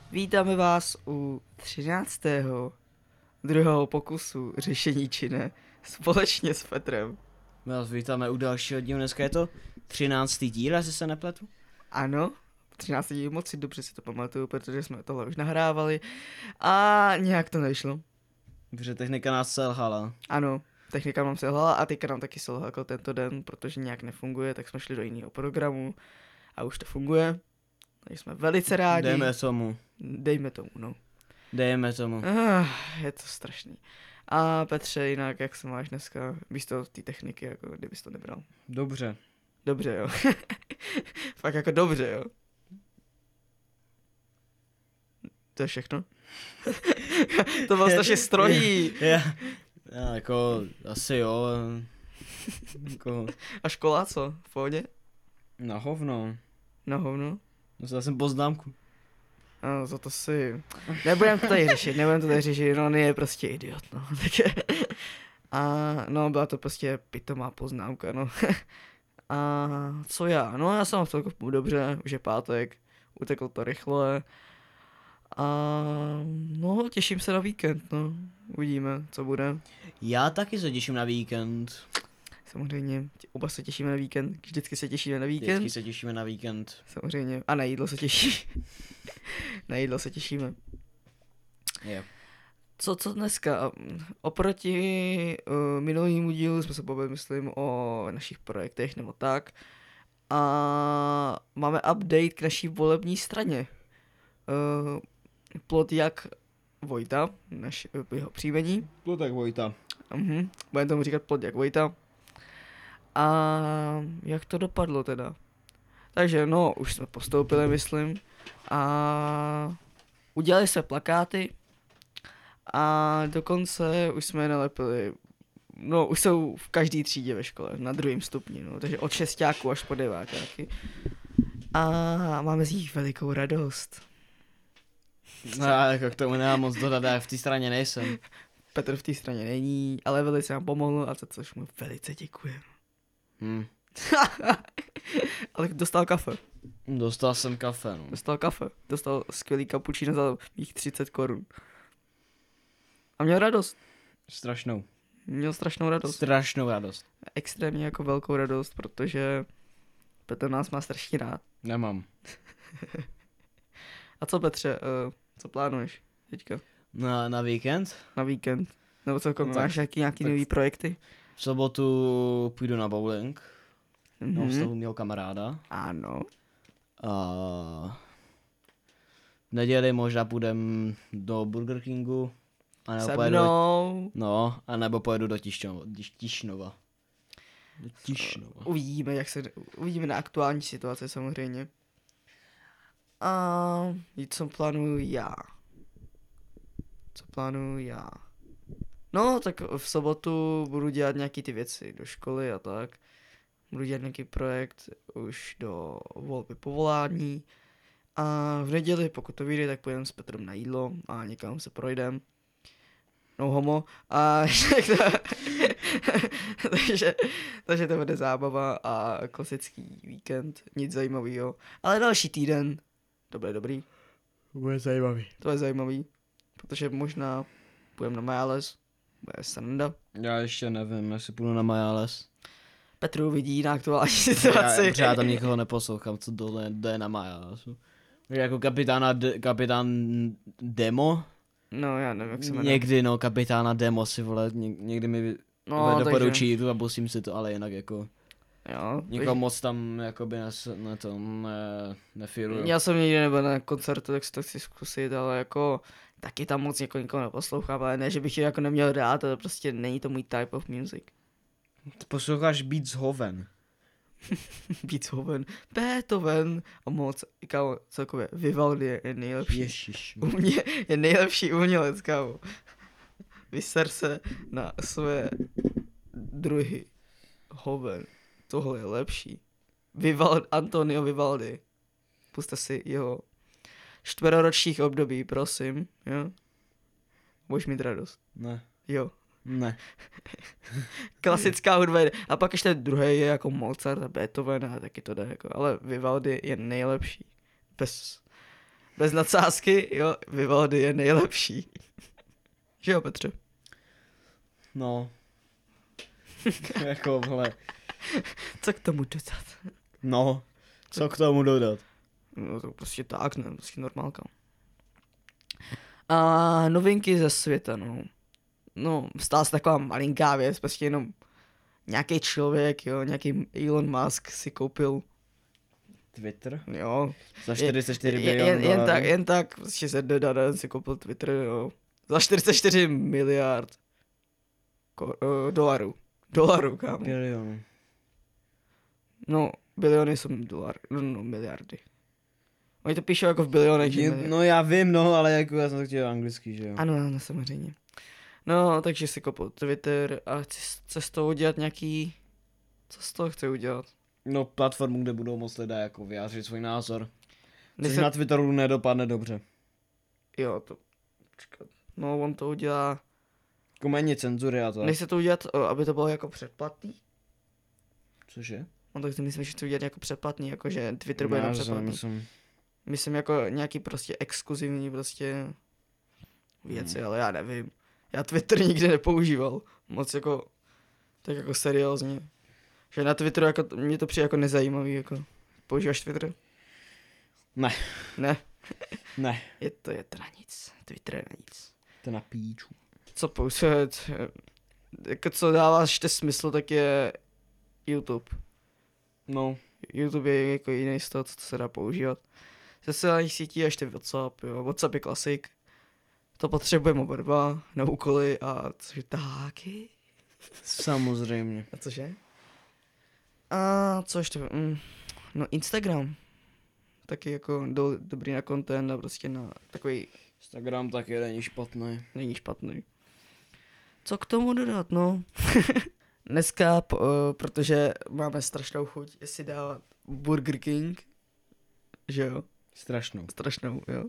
Vítáme vás u 13. druhého pokusu řešení či ne, společně s Petrem. My vás vítáme u dalšího dílu, dneska je to 13. díl, jestli se nepletu. Ano, 13. díl moc si dobře si to pamatuju, protože jsme tohle už nahrávali a nějak to nešlo. Protože technika nás selhala. Ano, technika nám selhala a teďka nám taky selhala jako tento den, protože nějak nefunguje, tak jsme šli do jiného programu a už to funguje. Takže jsme velice rádi. Dejme tomu, no. Dejme tomu. Je to strašný. A Petře, jinak, jak se máš dneska, místo té techniky, jako kdybys to nebral? Dobře. Dobře, jo. Fakt jako dobře, jo. To je všechno? To bylo strašně strohý. Já jako asi jo. Jako... A škola, co? V pohodě? Na hovno. Na hovno? Dostal jsem poznámku. No, za to si... Nebudem to tady řešit, no on je prostě idiot, no. A no, byla to prostě pitomá poznámka, no. A co já? No já jsem v celku dobře, už je pátek, uteklo to rychle. A no, těším se na víkend, no. Uvidíme, co bude. Já taky se těším na víkend. Samozřejmě, oba se těšíme na víkend, vždycky se těšíme na víkend. Vždycky se těšíme na víkend. Samozřejmě, a na jídlo se těší. Na jídlo se těšíme. Yep. Co dneska? Oproti minulýmu dílu jsme se bavili, myslím, o našich projektech nebo tak. A máme update k naší volební straně. Plot jak Vojta, jeho příjmení. Plot jak Vojta. Budeme tomu říkat Plot jak Vojta. A jak to dopadlo teda? Takže no, už jsme postoupili, myslím. A udělali se plakáty. A dokonce už jsme je nalepili, no už jsou v každé třídě ve škole, na druhém stupni, no, takže od šestáku až po devátáky. A máme z nich velikou radost. No jako k tomu nemám moc dodat, já v té straně nejsem. Petr v té straně není, ale velice nám pomohl a za což mu velice děkujeme. Ale dostal kafe. Dostal jsem kafe, no. Dostal skvělý kapučíno za mých 30 korun. A měl radost. Měl strašnou radost. Extrémně jako velkou radost, protože Petr nás má strašně rád. Nemám. A co Petře, co plánuješ teďka? Na víkend? Na víkend. Nebo celkově máš nějaký nový projekty? V sobotu půjdu na bowling. Na oslavu mého kamaráda. Ano. A v neděli možná půjdem do Burger Kingu. A nebo pojedu do Tišnova. Uvidíme, uvidíme na aktuální situaci samozřejmě. A co plánuju já? No, tak v sobotu budu dělat nějaký ty věci do školy a tak. Budu dělat nějaký projekt už do volby povolání. A v neděli, pokud to vyjde, tak půjdeme s Petrem na jídlo a někam se projdem. No homo. A takže to bude zábava a klasický víkend, nic zajímavého. Ale další týden, to bude dobrý. To je zajímavý, protože možná půjdeme na Majales, bude sranda. Já ještě nevím, jestli půjdu na Majales. Petr uvidí na aktuální situaci. Já tam nikoho neposlouchám, co jde na Majalesu. Jako kapitán Demo. No já nevím, jak se jmenuje. Někdy kapitána Demo si vole, někdy mi doporučí tu a pusím si to, ale jinak jako jo, nikoho moc tam jakoby nefiruju. Já jsem nikdy nebyl na koncertu, tak si to chci zkusit, ale jako taky tam moc nikoho neposlouchám, ale ne, že bych je jako neměl rád, ale prostě není to můj type of music. Ty posloucháš Beethoven. Beethoven a moc, kámo, celkově Vivaldi je nejlepší. Ježiš. Je nejlepší umělec, kámo. Vyser se na své druhy. Hoven. Tohle je lepší. Antonio Vivaldi. Puste si jeho 4ročních období, prosím, jo. Budeš mít radost. Ne. Jo. Ne. Klasická hudba jde. A pak ještě druhý je jako Mozart a Beethoven a taky to jde jako, ale Vivaldi je nejlepší. Bez nadsázky, jo, Vivaldi je nejlepší. Že jo, Petře? No. Jako, vole. Co k tomu dodat? No. Co k tomu dodat? No to prostě tak, ne, prostě normálka. A novinky ze světa, no. No, stala se taková malinká věc, prostě jenom nějaký člověk, jo, nějaký Elon Musk si koupil, Twitter? jo. Za 44 milionů Jen tak, prostě ze dne na den si koupil Twitter, jo. Za 44 miliard dolarů. Dolarů, kámo. Bilionů. No, biliony jsou no, miliardy. Oni to píšou jako v bilionech, že ne? No já vím, no, ale jako já jsem to chtěl anglicky, že jo. Ano, samozřejmě. No, takže si koupil Twitter a chce z toho udělat nějaký... Co z toho chce udělat? No, platformu, kde budou moc lidé jako vyjádřit svůj názor. Což Se... na Twitteru nedopadne dobře. Jo, to... Počkat. No, on to udělá... Jako méně cenzury a to. Nechce to udělat, aby to bylo jako předplatný? Cože? On to myslím, že chce udělat jako předplatný, jako že Twitter bude jenom předplatný. Myslím jako nějaký prostě exkluzivní prostě věci, ale já nevím. Já Twitter nikdy nepoužíval. Moc jako, tak jako seriózně. Že na Twitteru jako, mě to přijde jako nezajímavý, jako. Používáš Twitter? Ne. Ne? Ne. Je to na nic. Twitter je na nic. To na píču. Co používat? Jako co dává ještě smysl, tak je YouTube. No. YouTube je jako jiný z toho, co se dá používat. Ze sociálních sítí ještě WhatsApp, jo. WhatsApp je klasik. To potřebujeme oba dva na úkoly a cože taky. Samozřejmě. A cože? A co ještě? No Instagram. Taky jako dobrý na content a prostě na takový... Instagram taky není špatný. Není špatný. Co k tomu dodat, no? Dneska, protože máme strašnou chuť, si dávat Burger King, že jo? Strašnou, jo.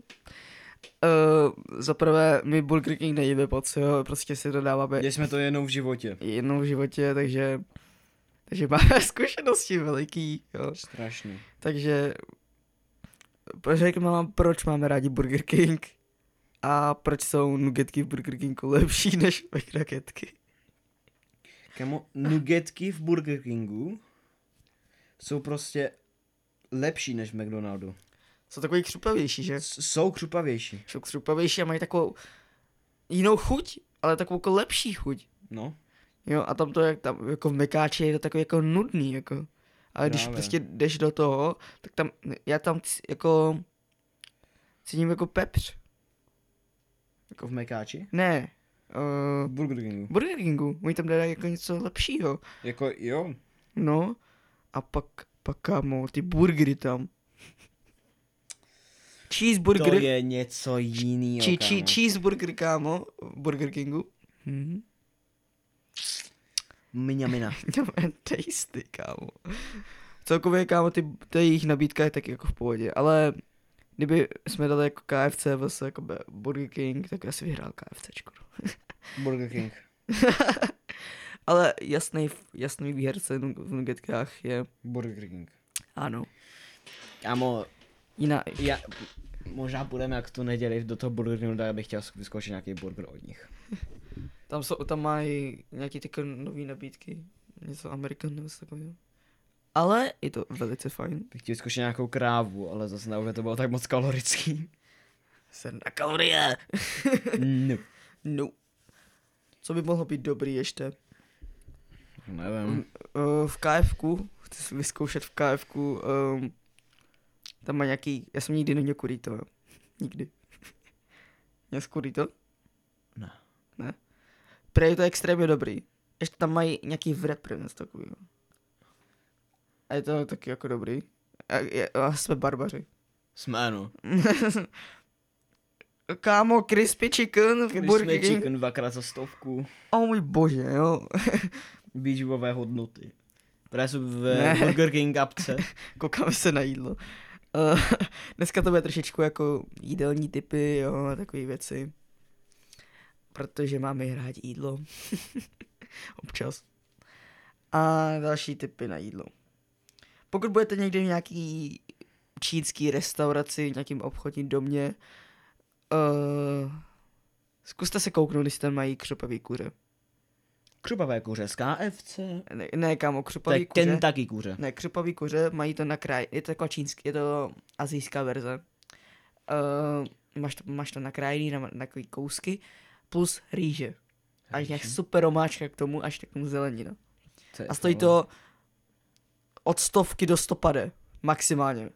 Zaprvé my Burger King nejíme moc, jo, prostě si dodáváme. Děli jsme to jednou v životě. Jednou v životě, takže máme zkušenosti veliký, jo. Strašný. Takže řekněme vám, proč máme rádi Burger King a proč jsou nuggetky v Burger Kingu lepší než McNuggetky. Kamo, nuggetky v Burger Kingu jsou prostě lepší než v McDonaldu. Jsou takový křupavější, že? Jsou křupavější. Jsou křupavější a mají takovou jinou chuť, ale takovou jako lepší chuť. No. Jo, a tam to tam jako v Mekáči je to takový jako nudný, jako. Ale když prostě jdeš do toho, tak tam, já tam jako cítím jako pepř. Jako v Mekáči? Ne. Burger Kingu. Burger Kingu, oni tam dají jako něco lepšího. Jako jo. No, a pak kámo, ty burgery tam. Cheeseburger. To je něco jinýho, kámo. Cheeseburger, kámo, v Burger Kingu. Mňamina. Tasty, kámo. Celkově, kámo, ta jejich nabídka je taky jako v pohodě, ale kdyby jsme dali jako KFC vs jako Burger King, tak asi vyhrál KFCčku. Burger King. Ale jasný výherce v nugetkách je... Burger King. Ano. Kámo, jiná... možná půjdeme jak tu neděli do toho Burger Kingu, tak bych chtěl vyzkoušet nějaký burger od nich. Tam mají nějaký ty nový nabídky, něco American nebo takového. Ale je to velice fajn. Bych chtěl vyzkoušet nějakou krávu, ale zase na to bylo tak moc kalorický. Jsem na kalorie. No. Co by mohlo být dobrý ještě? Nevím. V KFku, chci si vyzkoušet v KFku, tam má nějaký, já jsem nikdy neměl kurito, jo. Nikdy. Měl jsi kurito? Ne? Prej je to extrémně dobrý. Ještě tam mají nějaký wrap, něco takového. A je to taky jako dobrý. A jsme barbaři. Jsme, no. Kámo, crispy chicken v Burger King. Crispy chicken 2x za 100. O můj bože, jo. Výživové hodnoty. Právě jsou v Burger King apce. Koukáme se na jídlo. Dneska to bude trošičku jako jídelní typy, jo, a takové věci. Protože máme rádi jídlo. Občas. A další typy na jídlo. Pokud budete někdy v nějaký čínský restauraci, nějakým obchodním domě. Zkuste se kouknout, když tam mají křupavý kuře. Křupavé kuře z KFC. Ne, kámo, To je křupavý kuře. Kentucky kuře. Ne, křupavý kuře, mají to na kraj. Je to taková čínský, je to asijská verze. Máš to nakrájený na takový kousky, plus rýže. Až nějak super omáčka k tomu, až k tomu zelenina. A stojí to od 100 do 150. Maximálně.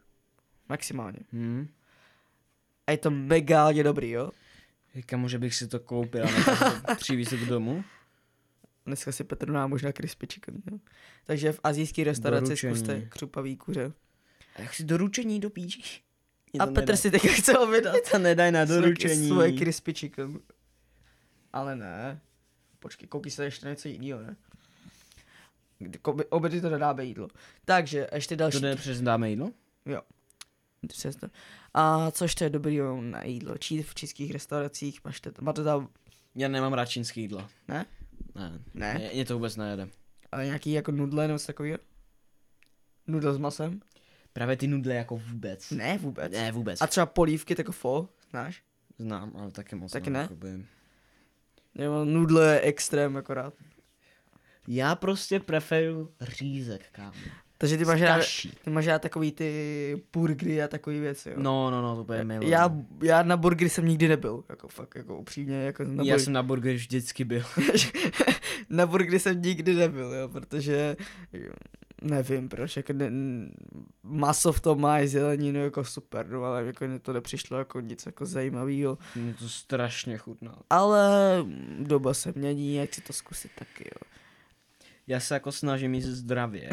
A je to megálně dobrý, jo? Kamo, že bych si to koupil a přivíz to k domu. Dneska si Petr dá možná crispy chicken, jo? Takže v asijské restauraci Doručení. zkuste křupavý kuře. A jak si doručení dopíčíš? A Petr si teďka chce obědat. to nedaj na doručení. Svoje crispy chicken. Ale ne. Počkej, koukej se ještě něco jiného, ne? Obědy to nedáme jídlo. Takže, ještě další. To přes dáme jídlo? Jo. Přesně. A což to je dobrý na jídlo? V českých restauracích máte tam, Já nemám rád čínský jídlo. ne? Ne. Ne? Mě to vůbec nejede. Ale nějaký jako nudle nebo něco takového? Nudle s masem? Právě ty nudle jako vůbec. Ne, vůbec. Ne, vůbec. A třeba polívky, jako fo, znáš? Znám, ale taky moc. Taky ne? Jakoby. Nebo nudle je extrém akorát. Já prostě preferuju řízek, kámo. Takže ty máš rád takový ty burgery a takový věci, jo? No, to bude miluji. Já na burgery jsem nikdy nebyl, jako fakt, jako upřímně, jako Já jsem na burgery vždycky byl. na burgery jsem nikdy nebyl, jo, protože nevím proč, jako maso v tom má zeleninu jako super, no, ale jako mně to nepřišlo jako nic jako zajímavého. Mě to strašně chutná. Ale doba se mění, jak si to zkusit taky, jo. Já se jako snažím jíst zdravě.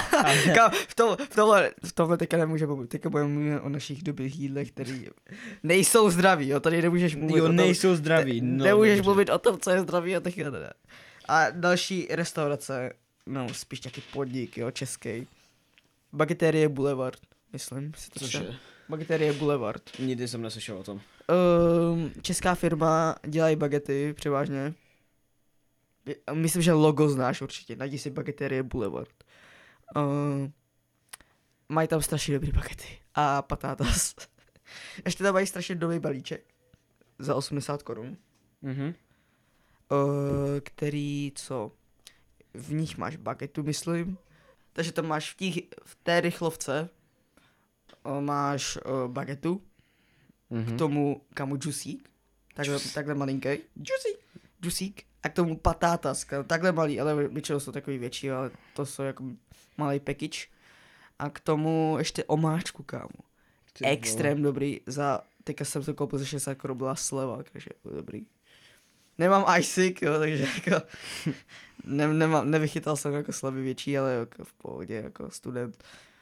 V tomhle teďka nemůžeme mluvit, teďka budeme mluvit o našich dobrých jídlech, které nejsou zdraví, jo, tady nemůžeš mluvit Jo, o tom, nejsou zdraví, no. nemůžeš dobře. mluvit o tom, co je zdraví a teďka ne. A další restaurace, no spíš nějaký podnik, jo, český. Bageterie Boulevard, myslím. Cože? Bageterie Boulevard. Nikdy jsem neslyšel o tom. Česká firma, dělají bagety převážně. Myslím, že logo znáš určitě, najdi si Bageterie Boulevard. Mají tam strašně dobrý bagety a patatas. Ještě tam mají strašně dobrý balíček za 80 korun. Mhm. Který, co? V nich máš bagetu, myslím. Takže tam máš v té rychlovce máš bagetu, k tomu kamu džusík, takhle malinký. Džusík. A k tomu patatas, takhle malý, ale většinou jsou takový větší, ale to jsou jako malý package. A k tomu ještě omáčku, kámo. Extrém dobrý, teďka jsem to koupil za 60 korun, byla sleva, takže dobrý. Nemám icing, jo, takže jako nevychytal jsem jako slevy větší, ale jako v pohodě, jako student.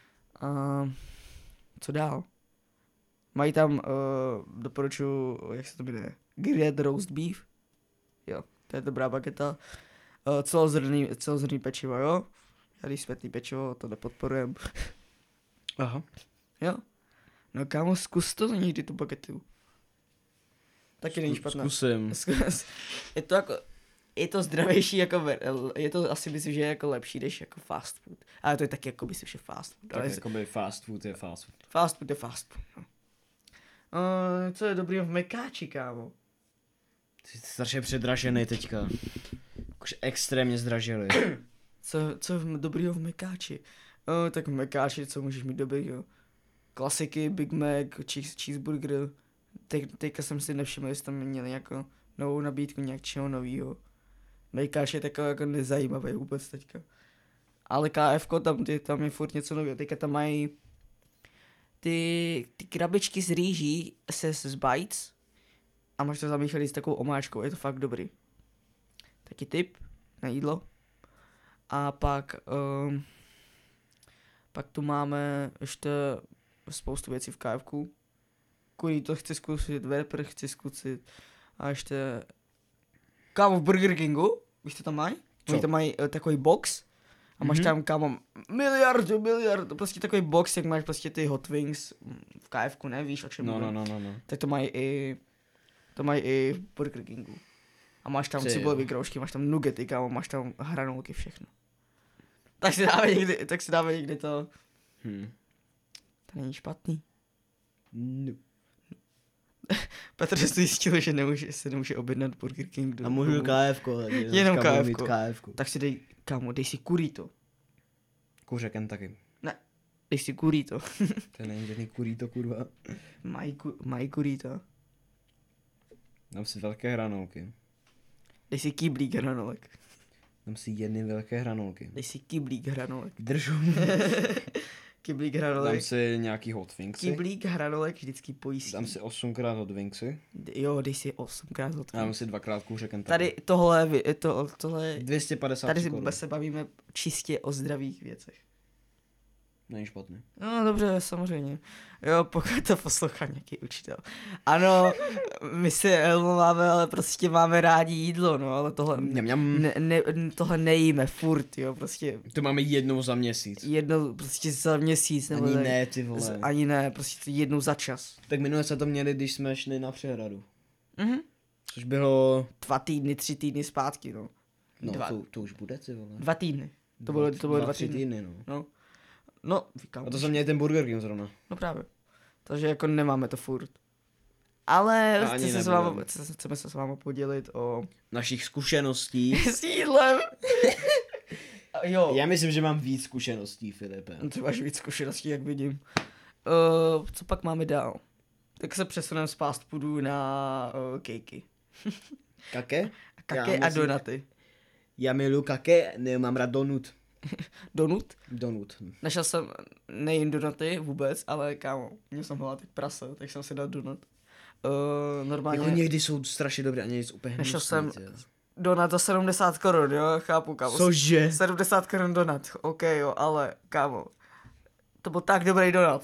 Co dál? Mají tam, doporučuji, jak se to jmenuje, grilled roast beef. Jo, to je dobrá bageta. Celozrnný pečivo, jo. Žádný světlý pečivo, to nepodporujem. Aha. Jo. No kámo, zkus to někdy tu bagetu. Taky není špatná. Zkusím. Je to jako, je to zdravější jako, je to asi myslím, že je jako lepší než jako fast food. Ale to je taky jako myslím, že fast food. Tak jakoby fast food je fast food. Fast food je fast food, no. Co je dobrý v Mekáči, kámo? Jsi strašně předražený teďka. Už extrémně zdražili. Co je dobrýho v Mekáči? Tak v Mekáči, co můžeš mít dobrýho? Klasiky, Big Mac, cheeseburger. Teďka jsem si nevšiml, jestli tam měli jako novou nabídku něčeho novýho. Mekáč je takový jako nezajímavý vůbec teďka. Ale KFko, tam je furt něco nového. Teďka tam mají ty krabičky z rýží z Bites a máš to zamíchaný s takovou omáčkou, je to fakt dobrý. Taky tip na jídlo. A pak tu máme ještě spoustu věcí v KFku. Kudy to chci zkusit, Whopper chci zkusit a ještě kámo v Burger Kingu, víš co tam mají? Oni tam mají takový box a máš tam kámo miliard, prostě takový box, jak máš prostě ty Hot Wings v KFku, ne? Víš o čem mluvím? No. Tak to mají i v Burger Kingu. A máš tam cibulový kroužky, máš tam nuggety, kámo, máš tam hranolky, všechno. Tak si dáme někdy to. To není špatný. No. Petr si zjistil, že se nemůže objednat Burger King. A můžu KFko. Jenom KFko. Tak si dej, kámo, dej si kurito. Kuře Kentucky. Dej si kurito. To není žádný kurito, kurva. Mají kurito. Dám si velké hranolky. Dej si kyblík hranolek. Dám si jedny velké hranolky. Dej si kyblík hranolek. Držu. Kyblík hranolek. Dám si nějaký hot wingsy. Kyblík hranolek vždycky pojí. Dám si 8x hot wingsy. Jo, dej si 8x od Dám si 2x kuře Kentucky. Tady tohle 250 tady korun. se bavíme čistě o zdravých věcech. Není špatný. No dobře, samozřejmě. Jo, pokud to poslouchá nějaký učitel. Ano, my si Elmo máme, ale prostě máme rádi jídlo, no, ale tohle, tohle nejíme furt, jo, prostě To máme jednou za měsíc. jednou prostě za měsíc, nebo Ani tak. ne, ty vole. Ani ne, prostě jednou za čas. Tak minule se to měli, když jsme šli na přehradu. Mhm. Což bylo... 2 týdny, 3 týdny zpátky, no. No, Dva. to už bude, ty vole. 2 týdny. To bylo 2 3 týdny. týdny, no. No. No, říkám. A to jsem měl ten Burger King zrovna. No právě. Takže jako nemáme to furt. Ale A ani chceme se s váma podělit o Našich zkušeností. s jídlem. Jo. Já myslím, že mám víc zkušeností, Filipe. Ty máš víc zkušeností, jak vidím. Co pak máme dál? Tak se přesuneme z fast foodu na kejky. Kake? Kake a donaty. Já miluji kake, nemám rád donut. Donut? Donut. Našel jsem nejen donaty vůbec, ale kámo, měl jsem hlad jak prase, tak jsem si dal donut. Normálně... Jako někdy jsou strašně dobré a někdy jsou úplně Našel hnusný, jsem jo. donut za 70 korun, jo, chápu, kámo. Cože? 70 korun donut, ok, jo, ale kámo, to byl tak dobrý donut.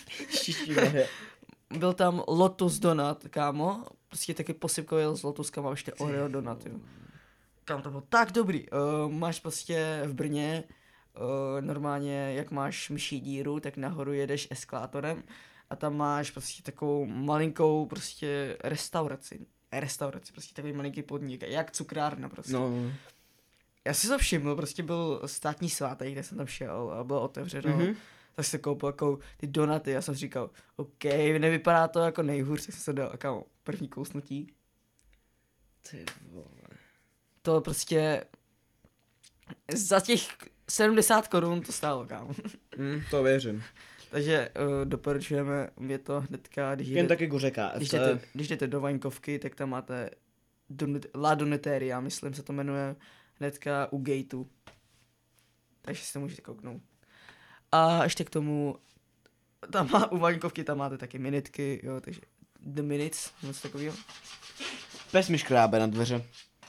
Byl tam Lotus donut, kámo, prostě taky posypkový s lotuskama, ještě Oreo donut, jo. Kámo, to bylo tak dobrý. Máš prostě v Brně, normálně, jak máš myší díru, tak nahoru jedeš eskalátorem a tam máš prostě takovou malinkou prostě restauraci, prostě takový malinký podnik, jak cukrárna prostě. No. Já si to všiml, prostě byl státní svátek, kde jsem tam šel a bylo otevřeno. Mhm. Tak jsem koupil jako ty donaty, já jsem říkal, OK, nevypadá to jako nejhůř, tak jsem se dal jako první kousnutí. Ty vole. To prostě za těch 70 korun to stálo, kámo. To věřím. Takže doporučujeme mě to hnedka, Jen taky kuřeka. když jdete do Vaňkovky, tak tam máte La Donateria, myslím se to jmenuje, hnedka u gateu. Takže si to můžete kouknout. A ještě k tomu, u Vaňkovky tam máte taky minitky, jo, takže The Minutes, něco takového. Pes mi škrábe na dveře.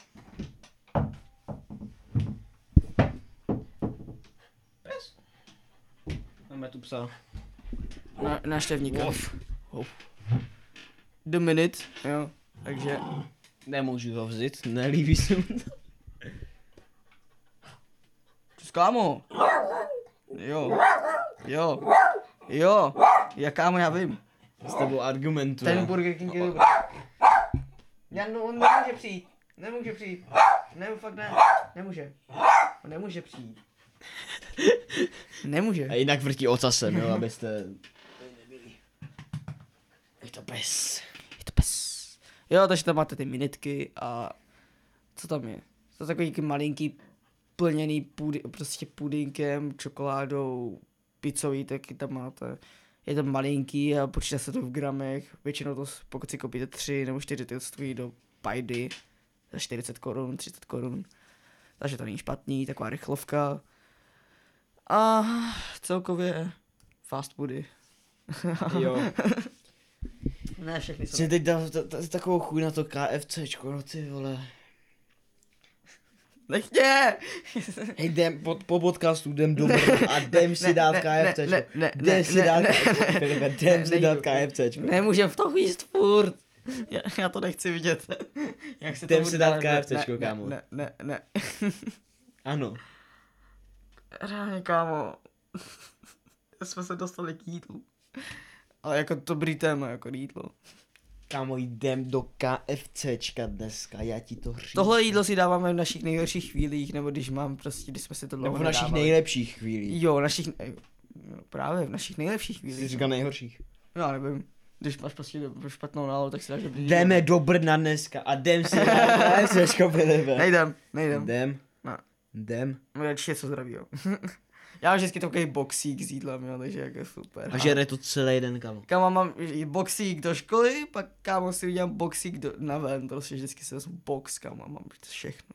Pes? Máme tu psa. Návštěvníka. The Minute, jo, takže... Nemůžu ho vzít, nelíbí se mu to. Kámo. Jo, já kámo, já vím. S tebou argumentu. Ten Burger King je dobrý. On nemůže přijít. Fakt ne, nemůže. On nemůže přijít. Nemůže. A jinak vrtí ocasem, jo, abyste... Je to pes. Jo, takže tam máte ty minitky a co tam je? To takový malinký plněný prostě pudinkem, čokoládou, pizzový, taky tam máte. Je to malinký a počítá se to v gramech. Většinou to, pokud si koupíte 3 nebo 4, ty stojí do pajdy za 40 korun, 30 korun. Takže to není špatný, taková rychlovka. A celkově fast foody. Jo. Ne, všechny jsou. Jsi teď dal takovou chuj na to KFCčko, no ty vole. Nech mě! Hej, jdem po podcastu, jdem do Brna a jdem si dát KFCčko. Jdem si dát KFCčko. Nemůžem v tom jíst furt. Já to nechci vidět. Jdem si dát KFCčko, kámo. Ne. Ano. Reálně, kámo. Jsme se dostali k jídlu. Ale jako dobrý téma, jako jídlo. Kámo, jdem do KFCčka dneska, já ti to říkám. Tohle jídlo si dáváme v našich nejhorších chvílích, nebo když jsme si to dlouho Nebo v našich nedávali. nejlepších chvílích. Jo, Jo, právě v našich nejlepších Jsi chvílích. říkal nejhorších. Já nevím. Když máš prostě špatnou náladu, tak si dáš dobrý Jdeme do Brna dneska a jdem si dát KFCčko, Filipe. Nejdem. Jdem. Ne. Jdem. Radši něco zdravýho. Já mám vždycky takový boxík s jídlem, jo, takže jako super. A žere to celý den, kámo. Kámo, mám boxík do školy, pak kámo si udělám boxík na ven, prostě vždycky si vezmu box, kámo, mám všechno.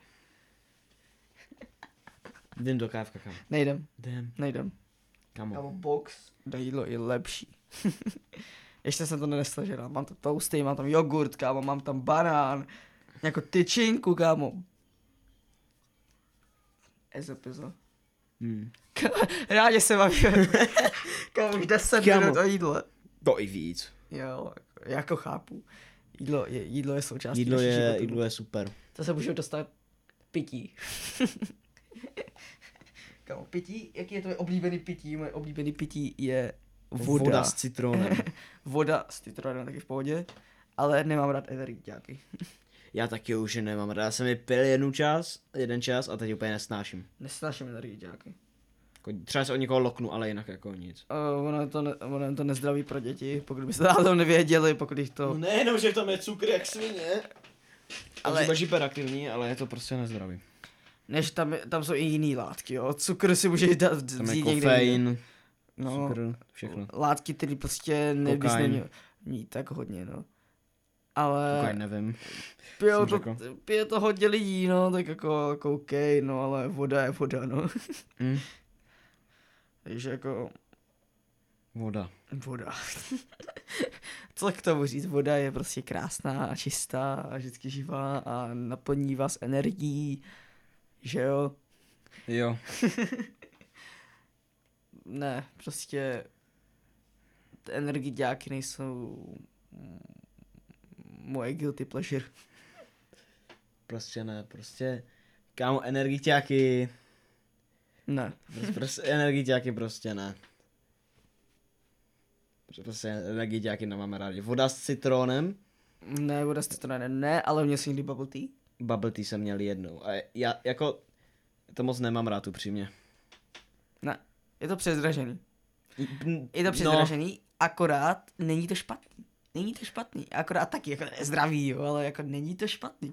Jdem do KFK, kámo. Nejdem. Kámo. Kámo, box na jídlo je lepší. Ještě jsem to nesležil, mám tam toasty, mám tam jogurt, kámo, mám tam banán, jako tyčinku, kámo. Ezopizo. Rádi se bavíme. Kámo, už 10 minut o jídle. To i víc. Jo, jako chápu. Jídlo je součástí Jídlo našich je, životů. jídlo je super. To se můžeme dostat pití. Kámo, pití, jaký je tvoje oblíbený pití? Moje oblíbený pití je voda. Voda s citronem. Voda s citronem taky v pohodě, ale nemám rád energiáky. Já taky už je nemám rád. Já jsem je pil jeden čas a teď úplně nesnáším. Nesnáším energiáky. Jako, třeba se od někoho loknu, ale jinak jako nic. Ono je to nezdraví pro děti, pokud byste to nevěděli, pokud jich to... No nejenom, že tam je cukr jak svině. Ale- Ale... hyperaktivní, ale je to prostě nezdravý. Než tam jsou i jiný látky, jo. Cukr si můžeš dát Tam je vzít někde jinde. kofein, No, cukr, všechno. látky, které prostě nebys Kokain. neměl mít tak hodně, no. Ale Kokain nevím. pijou jsem pije to hodně lidí, no, tak jako OK, no, ale voda je voda, no. Mm. Takže jako Voda. voda. Co k tomu říct, voda je prostě krásná a čistá a vždycky živá a naplní vás energií, že jo? Jo. Ne, prostě ty energiáky nejsou moje guilty pleasure. Prostě ne, prostě. Kámo, energiťáky. Ne. Prostě energiťáky prostě ne. Prostě energiťáky nemáme rádi. Voda s citronem. Ne, voda z citronem ne, ale měl jsi někdy bubble tea? Bubble tea jsem měl jednou. A já jako to moc nemám rád upřímně. Ne, je to přezdražený. No, Je to přezdražený, akorát není to špatný. Není to špatný, akorát taky jako zdraví, jo, ale jako není to špatný.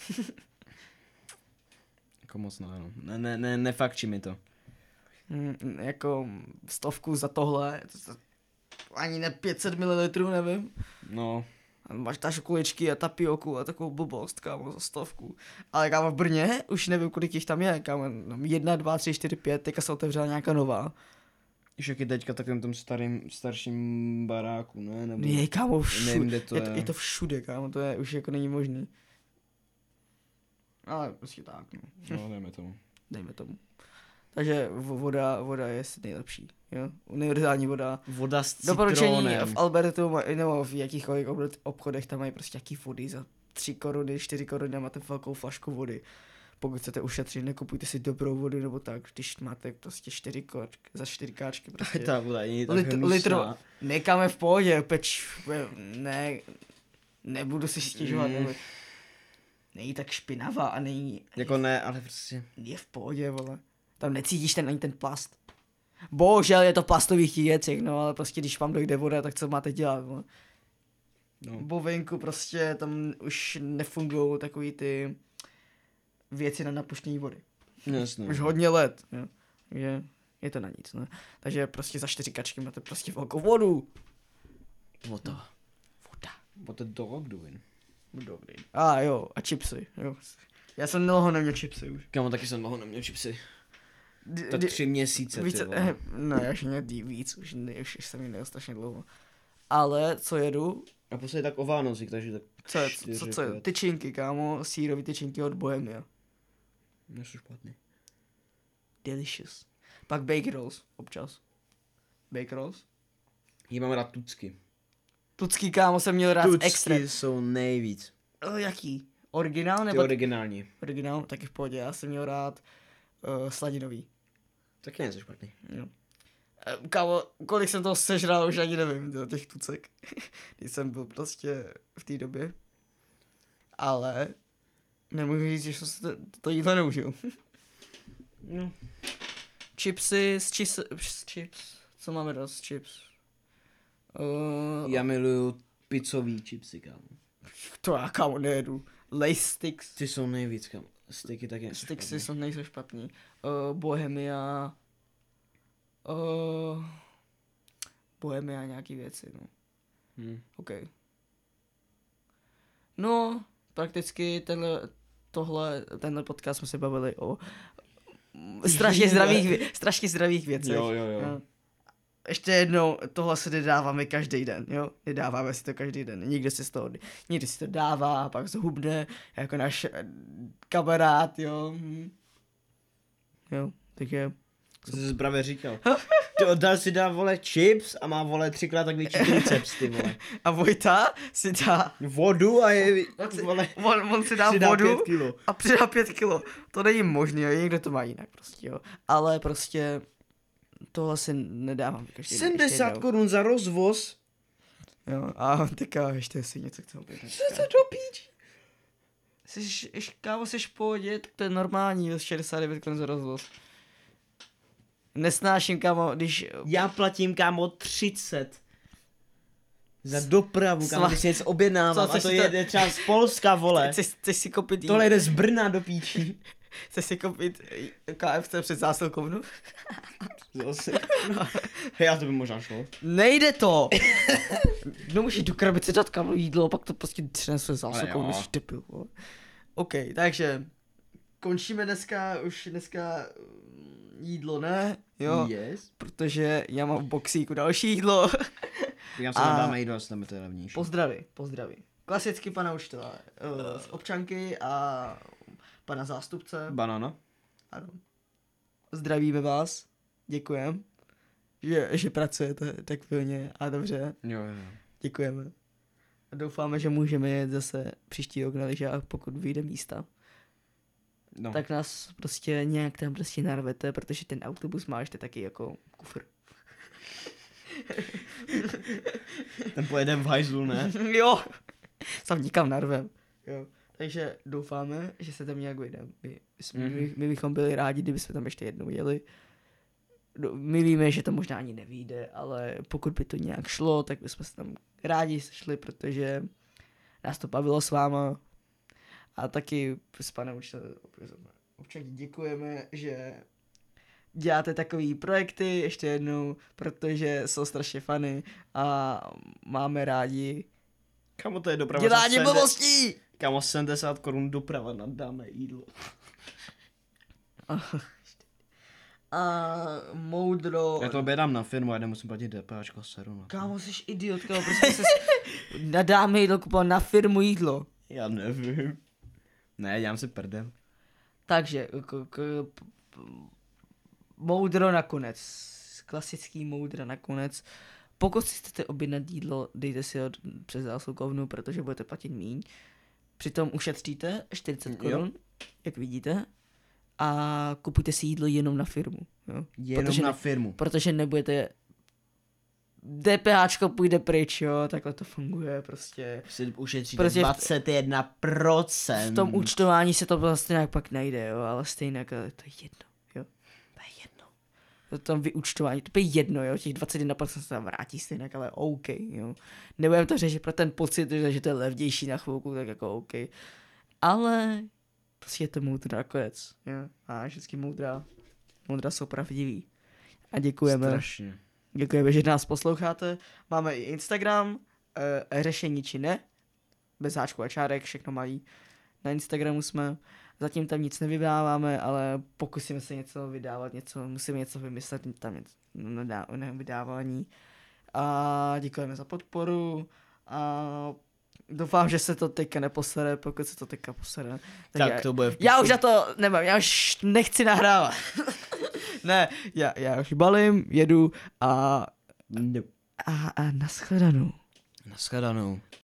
Jako moc ne, no. Nefakčí mi to. Jako 100 za tohle, ani ne 500 ml, nevím. No. A máš ta šokoličky a tapioku a takovou blbost, kámo, za 100. Ale kámo v Brně, už nevím, kolik jich tam je, kámo, 1, 2, 3, 4, 5, teďka se otevřela nějaká nová. Víš, jak je teďka takovým tom starším baráku, ne? Nebo... Je, kámo, všude, Nevím, kde to je. je to všude, kámo, to je, už jako není možný. Ale prostě tak, no. No, Dejme tomu. Takže voda je nejlepší, jo, univerzální voda. Voda s Doporučení citronem. v Albertu, nebo v jakýchkoliv obchodech tam mají prostě jaký vody za 3 koruny, 4 koruny a máte velkou flašku vody. Pokud chcete ušetřit, nekupujte si dobrou vodu nebo tak, když máte prostě 4 kočky, za 4 káčky prostě. Ta voda není tak Litro, nekáme v pohodě, ne, nebudu si stěžovat, nebo není tak špinavá a není, Jako ne, ale prostě. je v pohodě, vole. Tam necítíš ani ten plast. Bohužel je to v plastových věcech, no, ale prostě když vám dojde voda, tak co máte dělat, vole. No. Bo venku prostě tam už nefungují takový ty věci na napuštění vody. Jasně. Už hodně let, jo. Je to na nic, ne? Takže prostě za 4 kačky máte prostě velkou vodu. Voda. Voda. What the dog doing? Dobrý. A jo, a chipsy, jo. Já jsem dlouho neměl chipsy už. Kámo, taky jsem dlouho neměl chipsy. Tak 3 měsíce, ty více, vole. no, já už měl víc, už jsem ji nejel strašně dlouho. Ale co jedu, A posledně tak o Vánocích, takže tak co je, 4, 5. tyčinky, kámo, sírový tyčinky od Bohemia. Nejsou špatný. Delicious. Pak bake rolls, občas. Bake rolls. Jí mám rád tucky. Tucký, kámo, jsem měl rád extra. Tucky jsou nejvíc. Jaký? Originál Ty nebo? originální. Originál, taky v pohodě, já jsem měl rád sladinový. Taky nejsou špatný. Jo. Kámo, kolik jsem toho sežral, už ani nevím, do těch tucek. Když jsem byl prostě v té době. Ale nemůžu říct, že jsem si to jídlo neužil. No. Chipsy, chips, Co máme dost? Chips. Já miluju pizzový chipsy, kámo. To já, kámo, nejedu. Lace sticks. Ty jsou nejvíc, kámo. Sticky taky nejsou Sticksy jsou nejsou špatný. Bohemia. Bohemia nějaký věci, no. OK. No, prakticky tenhle podcast jsme se bavili o strašně zdravých věcech. Jo. No. Ještě jednou, tohle se nedáváme každý den, jo? Nedáváme si to každý den. Někdy si to dává, pak zhubne, jako náš kamarád, jo? Jo, takže... Co jsi právě říkal? Ty oddal si dá, vole, chips a má, vole, 3x tak větší triceps, ty vole. A Vojta si dá... Vodu a je, vole, on si dá vodu 5 kilo. A přidá 5 kilo. To není možný, jo? Někdo to má jinak prostě, jo. Ale prostě... Tohle si nedávám každý 70 korun za rozvoz. Jo, a teďka ještě si něco chci objednat. Co to do píči? Kámo, jsi v pohodě, to je normální, 69 korun za rozvoz. Nesnáším, kámo, když... Já platím, kámo, 30. Za dopravu, kámo, když si něco objednávám a to jede třeba z Polska, vole. Chceš si koupit... Tohle jede z Brna do píči. Chceš si koupit KFC před zásilkovnu? Zase. No. Já to by možná šlo. Nejde to! No musíš do krabice dát, kámo, jídlo, pak to prostě přinese zásilkovnu, musíš debil. OK, takže končíme dneska jídlo, ne? Jo, yes. Protože já mám v boxíku další jídlo. Já se dáme jídlo, asi tam to je levnější. Pozdraví. Klasicky pana učitele z občanky a pana zástupce. Banana. Ano. Zdravíme vás. Děkujem, že pracujete tak pilně a dobře. Jo. Děkujeme. A doufáme, že můžeme jet zase příští rok na lyžách, pokud vyjde místa. No. Tak nás prostě nějak tam prostě narvete, protože ten autobus má ještě taky jako kufr. Ten pojede v hajzlu, ne? Jo. Sam nikam narvem. Jo. Takže doufáme, že se tam nějak vyjdeme. My bychom byli rádi, kdybychom tam ještě jednou jeli. My víme, že to možná ani nevyjde, ale pokud by to nějak šlo, tak bychom se tam rádi sešli, protože nás to bavilo s váma. A taky s panem občanky děkujeme, že děláte takový projekty ještě jednou, protože jsou strašně funny a máme rádi Kamo, to je doprava. dělání blbostí! Kamo, 70 korun doprava, nadáme jídlo. A moudro... Já to objednám na firmu, já nemusím platit DPAčko, seru na to. Kámo, jsi idiotka, prostě jsi nadáme jídlo kupovat na firmu jídlo. Já nevím. Ne, dělám si prdel. Takže, moudro nakonec. Klasický moudro nakonec. Pokud si chcete objednat jídlo, dejte si ho přes zásilkovnu, protože budete platit míň. Přitom ušetříte 40 korun, jak vidíte. A kupujte si jídlo jenom na firmu. Jo? Jenom na firmu. Protože nebudete... DPHčko půjde pryč, jo, takhle to funguje prostě. Si ušetříte 21%. V tom účtování se to vlastně nějak pak nejde, jo, ale stejně to je jedno, jo. To je jedno. To tam vyúčtování, to je jedno, jo, těch 21% se tam vrátí stejně, ale OK, jo. Nebudem to řešit pro ten pocit, že to je levnější na chvilku, tak jako OK. Ale prostě je to moudra nakonec, jo. A vždycky moudra jsou pravdiví. A děkujeme. Strašně. Děkujeme, že nás posloucháte. Máme i Instagram, řešení či ne, bez háčků a čárek, všechno mají. Na Instagramu jsme, zatím tam nic nevydáváme, ale pokusíme se něco vydávat, musíme něco vymyslet tam na vydávání. A děkujeme za podporu a doufám, že se to teďka neposere, pokud se to teďka posere. Tak to bude v Já už na to nemám, já už nechci nahrávat. Ne, já už balím, jedu a naschledanou. Naschledanou.